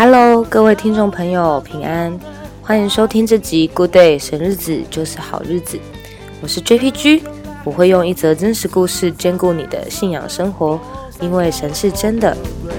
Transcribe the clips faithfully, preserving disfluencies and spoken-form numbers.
Hello， 各位听众朋友，平安，欢迎收听这集 Good Day 神日子就是好日子。我是 J P G， 我会用一则真实故事兼顾你的信仰生活，因为神是真的。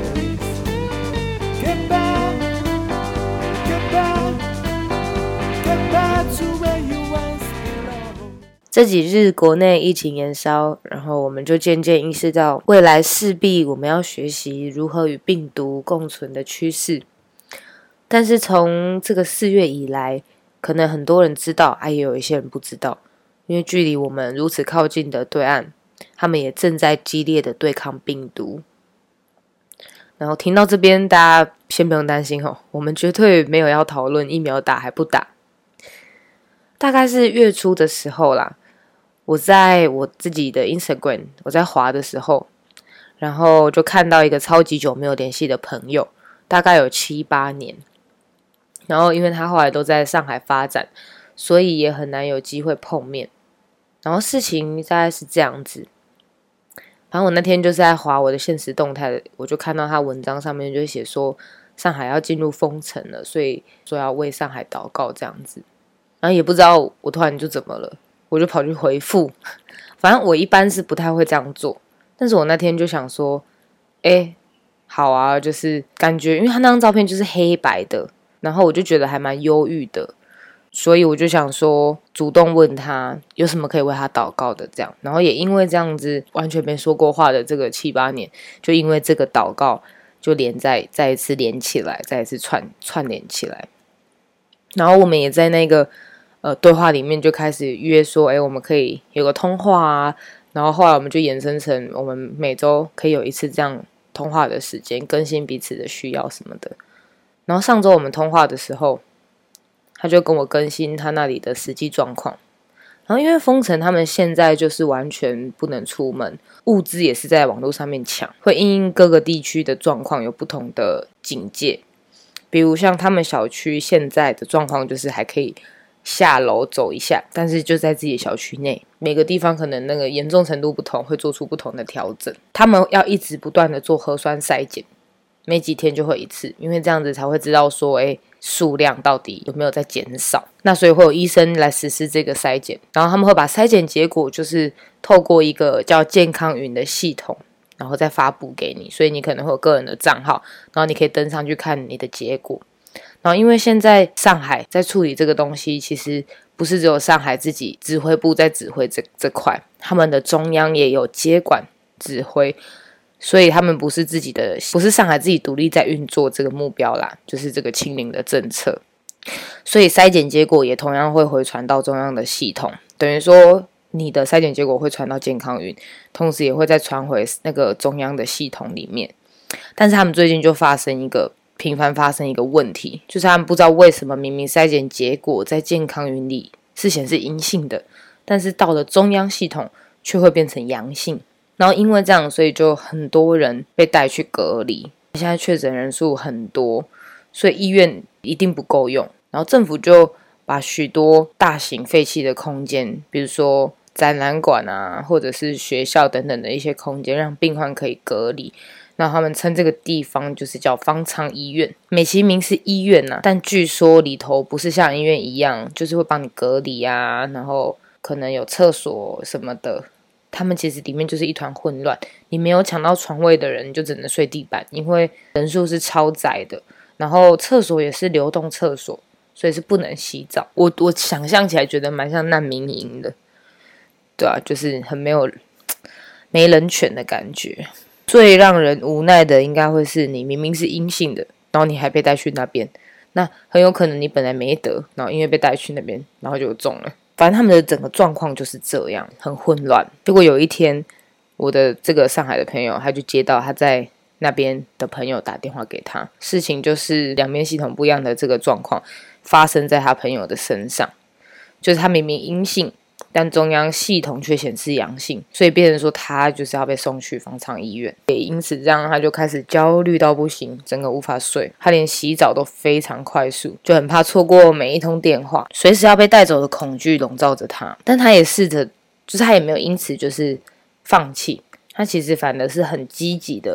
这几日国内疫情延烧，然后我们就渐渐意识到，未来势必我们要学习如何与病毒共存的趋势。但是从这个四月以来，可能很多人知道，啊，也有一些人不知道，因为距离我们如此靠近的对岸，他们也正在激烈的对抗病毒。然后听到这边，大家先不用担心哦，我们绝对没有要讨论疫苗打还不打。大概是月初的时候啦，我在我自己的 Instagram 我在滑的时候，然后就看到一个超级久没有联系的朋友，大概有七八年，然后因为他后来都在上海发展，所以也很难有机会碰面。然后事情大概是这样子，反正我那天就是在滑我的限时动态，我就看到他文章上面就写说上海要进入封城了，所以说要为上海祷告这样子。然后也不知道我突然就怎么了，我就跑去回复。反正我一般是不太会这样做，但是我那天就想说，哎，好啊，就是感觉因为他那张照片就是黑白的，然后我就觉得还蛮忧郁的，所以我就想说主动问他有什么可以为他祷告的这样。然后也因为这样子完全没说过话的这个七八年，就因为这个祷告就连在再一次连起来，再一次串串联起来。然后我们也在那个呃，对话里面就开始约说，哎，我们可以有个通话啊，然后后来我们就延伸成我们每周可以有一次这样通话的时间，更新彼此的需要什么的。然后上周我们通话的时候，他就跟我更新他那里的实际状况。然后因为封城，他们现在就是完全不能出门，物资也是在网络上面抢，会因应各个地区的状况有不同的警戒。比如像他们小区现在的状况就是还可以下楼走一下，但是就在自己的小区内，每个地方可能那个严重程度不同，会做出不同的调整。他们要一直不断的做核酸筛检，没几天就会一次，因为这样子才会知道说，哎，数量到底有没有在减少。那所以会有医生来实施这个筛检，然后他们会把筛检结果就是透过一个叫健康云的系统，然后再发布给你，所以你可能会有个人的账号，然后你可以登上去看你的结果。然后因为现在上海在处理这个东西，其实不是只有上海自己指挥部在指挥 这, 这块，他们的中央也有接管指挥，所以他们不是自己的，不是上海自己独立在运作这个目标啦，就是这个清零的政策。所以筛检结果也同样会回传到中央的系统，等于说你的筛检结果会传到健康云，同时也会再传回那个中央的系统里面。但是他们最近就发生一个频繁发生一个问题，就是他们不知道为什么明明筛检结果在健康云里是显示阴性的，但是到了中央系统却会变成阳性。然后因为这样，所以就很多人被带去隔离。现在确诊人数很多，所以医院一定不够用。然后政府就把许多大型废弃的空间，比如说展览馆啊，或者是学校等等的一些空间，让病患可以隔离。那他们称这个地方就是叫方舱医院，美其名是医院啊，但据说里头不是像医院一样，就是会帮你隔离啊，然后可能有厕所什么的。他们其实里面就是一团混乱，你没有抢到床位的人就只能睡地板，因为人数是超载的，然后厕所也是流动厕所，所以是不能洗澡。我我想象起来觉得蛮像难民营的，对啊，就是很没有没人权的感觉。最让人无奈的应该会是你明明是阴性的，然后你还被带去那边，那很有可能你本来没得，然后因为被带去那边，然后就中了。反正他们的整个状况就是这样，很混乱。结果有一天，我的这个上海的朋友，他就接到他在那边的朋友打电话给他，事情就是两边系统不一样的这个状况发生在他朋友的身上，就是他明明阴性，但中央系统却显示阳性，所以变成说他就是要被送去方舱医院。也因此这样他就开始焦虑到不行，整个无法睡，他连洗澡都非常快速，就很怕错过每一通电话，随时要被带走的恐惧笼罩着他。但他也试着，就是他也没有因此就是放弃，他其实反而是很积极的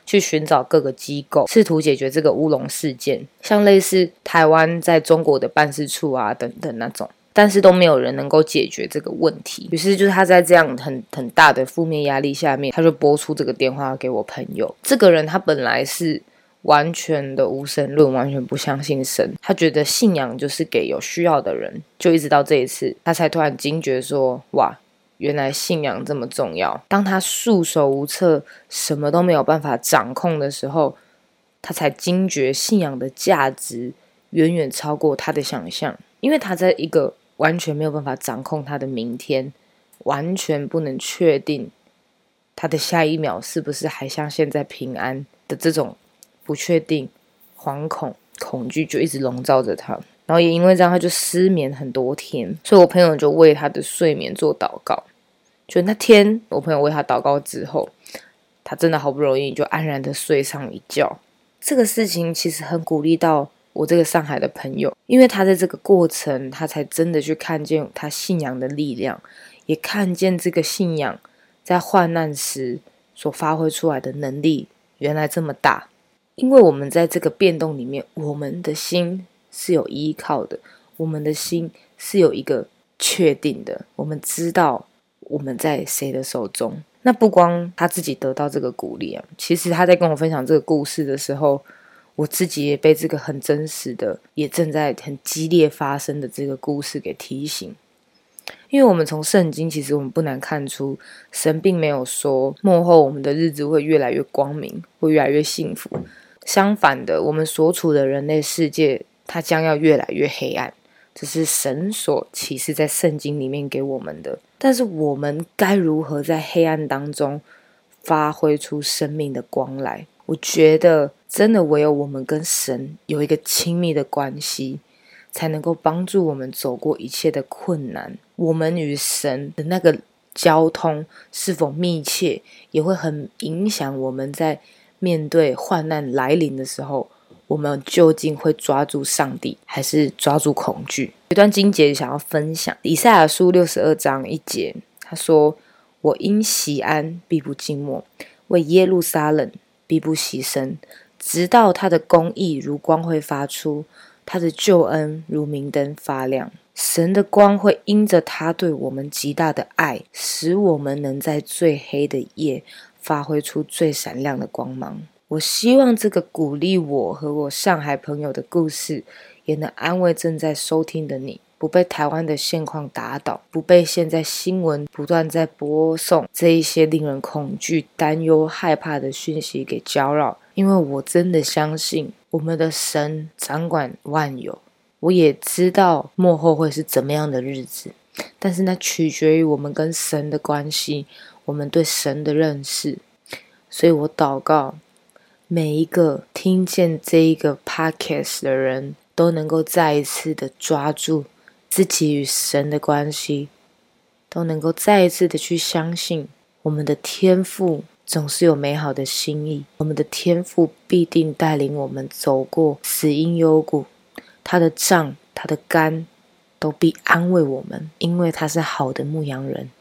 去寻找各个机构，试图解决这个乌龙事件，像类似台湾在中国的办事处啊等等那种，但是都没有人能够解决这个问题。于是就是他在这样很很大的负面压力下面，他就拨出这个电话给我朋友。这个人他本来是完全的无神论，完全不相信神，他觉得信仰就是给有需要的人，就一直到这一次他才突然惊觉说，哇，原来信仰这么重要。当他束手无策，什么都没有办法掌控的时候，他才惊觉信仰的价值远远超过他的想象。因为他在一个完全没有办法掌控他的明天，完全不能确定他的下一秒是不是还像现在平安的这种不确定、惶恐、恐惧就一直笼罩着他。然后也因为这样，他就失眠很多天。所以我朋友就为他的睡眠做祷告。就那天我朋友为他祷告之后，他真的好不容易就安然的睡上一觉。这个事情其实很鼓励到我这个上海的朋友，因为他在这个过程他才真的去看见他信仰的力量，也看见这个信仰在患难时所发挥出来的能力原来这么大。因为我们在这个变动里面，我们的心是有依靠的，我们的心是有一个确定的，我们知道我们在谁的手中。那不光他自己得到这个鼓励啊，其实他在跟我分享这个故事的时候，我自己也被这个很真实的也正在很激烈发生的这个故事给提醒。因为我们从圣经其实我们不难看出，神并没有说末后我们的日子会越来越光明，会越来越幸福。相反的，我们所处的人类世界它将要越来越黑暗，这是神所启示在圣经里面给我们的。但是我们该如何在黑暗当中发挥出生命的光来？我觉得真的唯有我们跟神有一个亲密的关系，才能够帮助我们走过一切的困难。我们与神的那个交通是否密切，也会很影响我们在面对患难来临的时候，我们究竟会抓住上帝，还是抓住恐惧？有一段经节想要分享，以赛亚书六十二章一节，他说：我因锡安必不静默，为耶路撒冷必不息声，直到他的公义如光会发出，他的救恩如明灯发亮。神的光会因着他对我们极大的爱，使我们能在最黑的夜发挥出最闪亮的光芒。我希望这个鼓励我和我上海朋友的故事，也能安慰正在收听的你，不被台湾的现况打倒，不被现在新闻不断在播送这一些令人恐惧、担忧、害怕的讯息给搅扰。因为我真的相信我们的神掌管万有，我也知道末后会是怎么样的日子，但是那取决于我们跟神的关系，我们对神的认识。所以我祷告每一个听见这一个 podcast 的人都能够再一次的抓住自己与神的关系，都能够再一次的去相信我们的天父总是有美好的心意，我们的天父必定带领我们走过死荫幽谷，他的杖他的竿都必安慰我们，因为他是好的牧羊人。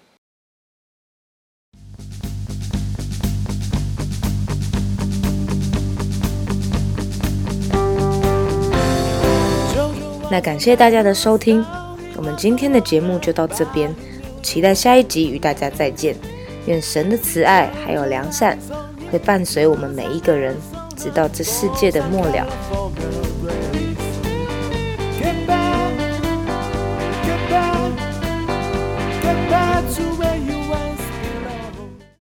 那感谢大家的收听，我们今天的节目就到这边，期待下一集与大家再见。愿神的慈爱还有良善会伴随我们每一个人，直到这世界的末了。Get back, get back, get back to